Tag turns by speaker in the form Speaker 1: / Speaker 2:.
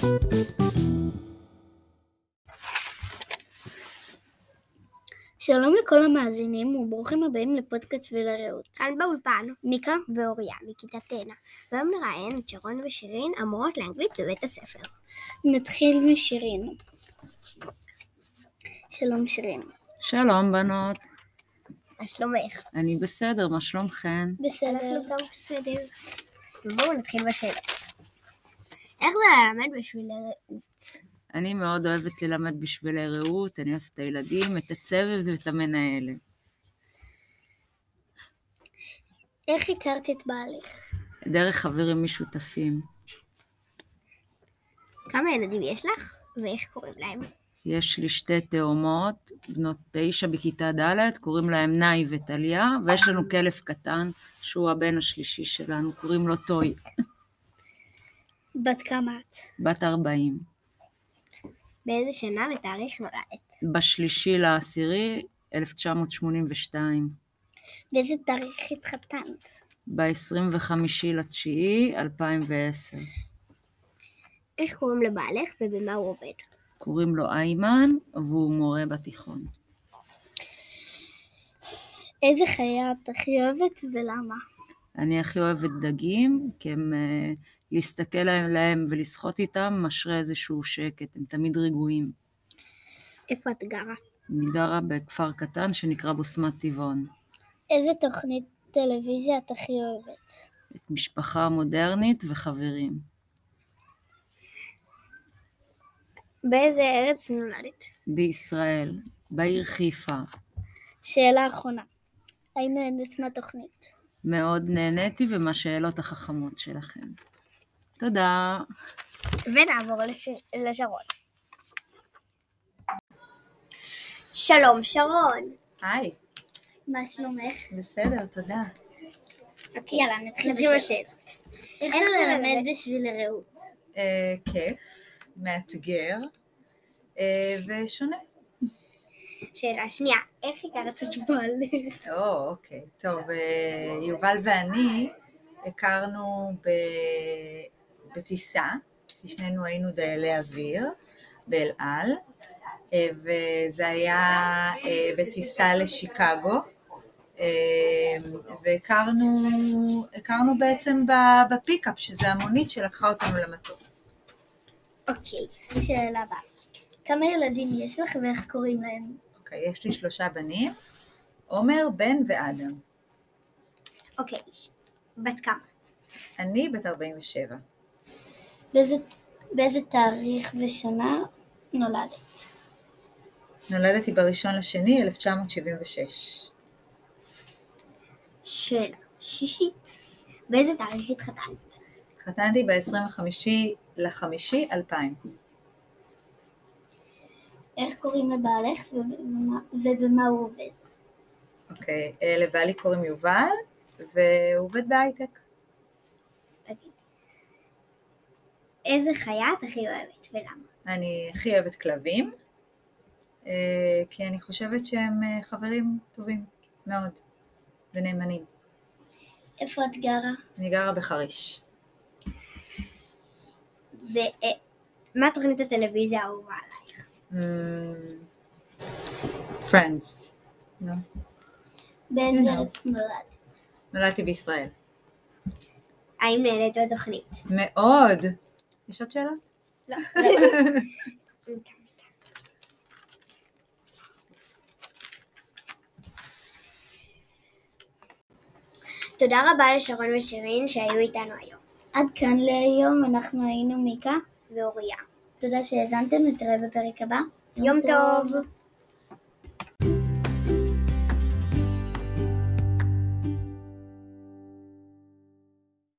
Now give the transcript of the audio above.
Speaker 1: שלום לכל המאזינים וברוכים הבאים לפודקאסט שביל הרעות.
Speaker 2: כאן באולפן
Speaker 1: מיקה
Speaker 2: ואוריה מכיתה תאנה, והיום נראיין את שרון ושירין, המורות לאנגלית בבית הספר.
Speaker 1: נתחיל משירין. שלום שירין.
Speaker 3: שלום בנות.
Speaker 2: מה שלומך?
Speaker 3: אני בסדר, מה שלומכן?
Speaker 1: בסדר.
Speaker 2: אנחנו גם בסדר. ובואו נתחיל בשאלות. איך זה ללמד בשביל הרעות?
Speaker 3: אני מאוד אוהבת ללמד בשבילי רעות, אני אוהבת את הילדים, את הצוות ואת המנהלת.
Speaker 1: איך הכרת את בעלך?
Speaker 3: דרך חברים משותפים.
Speaker 2: כמה ילדים יש לך ואיך קוראים להם?
Speaker 3: יש לי שתי תאומות, בנות 9 בכיתה ד', קוראים להם נאי וטליה, ויש לנו כלב קטן, שהוא הבן השלישי שלנו, קוראים לו טוי.
Speaker 1: בת כמה את?
Speaker 3: בת 40.
Speaker 2: באיזה שנה ותאריך נולדת?
Speaker 3: ב3/10/1982.
Speaker 1: באיזה תאריך התחתנת?
Speaker 3: ב25/9/2010.
Speaker 2: איך קוראים לבעלך ובמה הוא עובד?
Speaker 3: קוראים לו איימן, והוא מורה בתיכון.
Speaker 1: איזה חיה את הכי אוהבת ולמה?
Speaker 3: אני הכי אוהבת דגים, כי הם להסתכל עליהם ולשחות איתם, משרה איזשהו שקט, הם תמיד רגועים.
Speaker 2: איפה את גרה?
Speaker 3: אני גרה בכפר קטן שנקרא בוסמת טבעון.
Speaker 1: איזה תוכנית טלוויזיה את הכי אוהבת?
Speaker 3: את משפחה מודרנית וחברים.
Speaker 2: באיזה ארץ נולדת?
Speaker 3: בישראל, בעיר חיפה.
Speaker 1: שאלה אחרונה. האם נהנית מהתוכנית?
Speaker 3: מאוד נהניתי ומהשאלות החכמות שלכם. תודה.
Speaker 2: ונעבור לשרון. שלום שרון.
Speaker 4: היי,
Speaker 1: מה שלומך?
Speaker 4: בסדר, תודה.
Speaker 2: אוקיי,
Speaker 1: יאללה, נתחיל
Speaker 2: בשאלות.
Speaker 1: איך זה ללמד בשביל הרעות?
Speaker 4: כיף, מאתגר ושונה.
Speaker 2: שאלה שנייה, איך הכרת את בעלך?
Speaker 4: אוקיי. טוב, יובל ואני הכרנו בטיסה, כי שנינו היינו דיילי אוויר באל על, וזה היה בטיסה לשיקגו, והכרנו בעצם בפיקאפ, שזה המונית שלקחה אותנו למטוס.
Speaker 2: אוקיי.
Speaker 1: שאלה הבאה. כמה ילדים יש לך ואיך קוראים להם?
Speaker 4: אוקיי, יש לי 3 בנים, עומר, בן ואדם.
Speaker 2: אוקיי, בת כמה?
Speaker 4: אני בת 47.
Speaker 1: באיזה תאריך ושנה נולדת?
Speaker 4: נולדתי ב1/2/1976.
Speaker 2: שאלה שישית, באיזה תאריך התחתנת?
Speaker 4: התחתנתי ב25/5/2000.
Speaker 1: איך קוראים לבעלך ובמה הוא עובד?
Speaker 4: אוקיי, לבעלי קוראים יובל, והוא עובד בהייטק.
Speaker 2: איזה חיה את הכי אוהבת ולמה?
Speaker 4: אני הכי אוהבת כלבים, כי אני חושבת שהם חברים טובים מאוד ונאמנים.
Speaker 1: איפה את גרה?
Speaker 4: אני גרה בחריש.
Speaker 2: מה תוכנית הטלוויזיה האהובה עלייך?
Speaker 4: Friends. No.
Speaker 1: באיזה ארץ נולדת?
Speaker 4: נולדתי בישראל.
Speaker 2: האם נהנית בתוכנית?
Speaker 4: מאוד. יש עוד שאלות?
Speaker 2: לא. תודה רבה לשרון ושירין שהיו איתנו היום.
Speaker 1: עד כאן להיום, אנחנו היינו מיקה
Speaker 2: ואוריה.
Speaker 1: תודה שהאזנתם, נתראה בפרק הבא.
Speaker 2: יום טוב.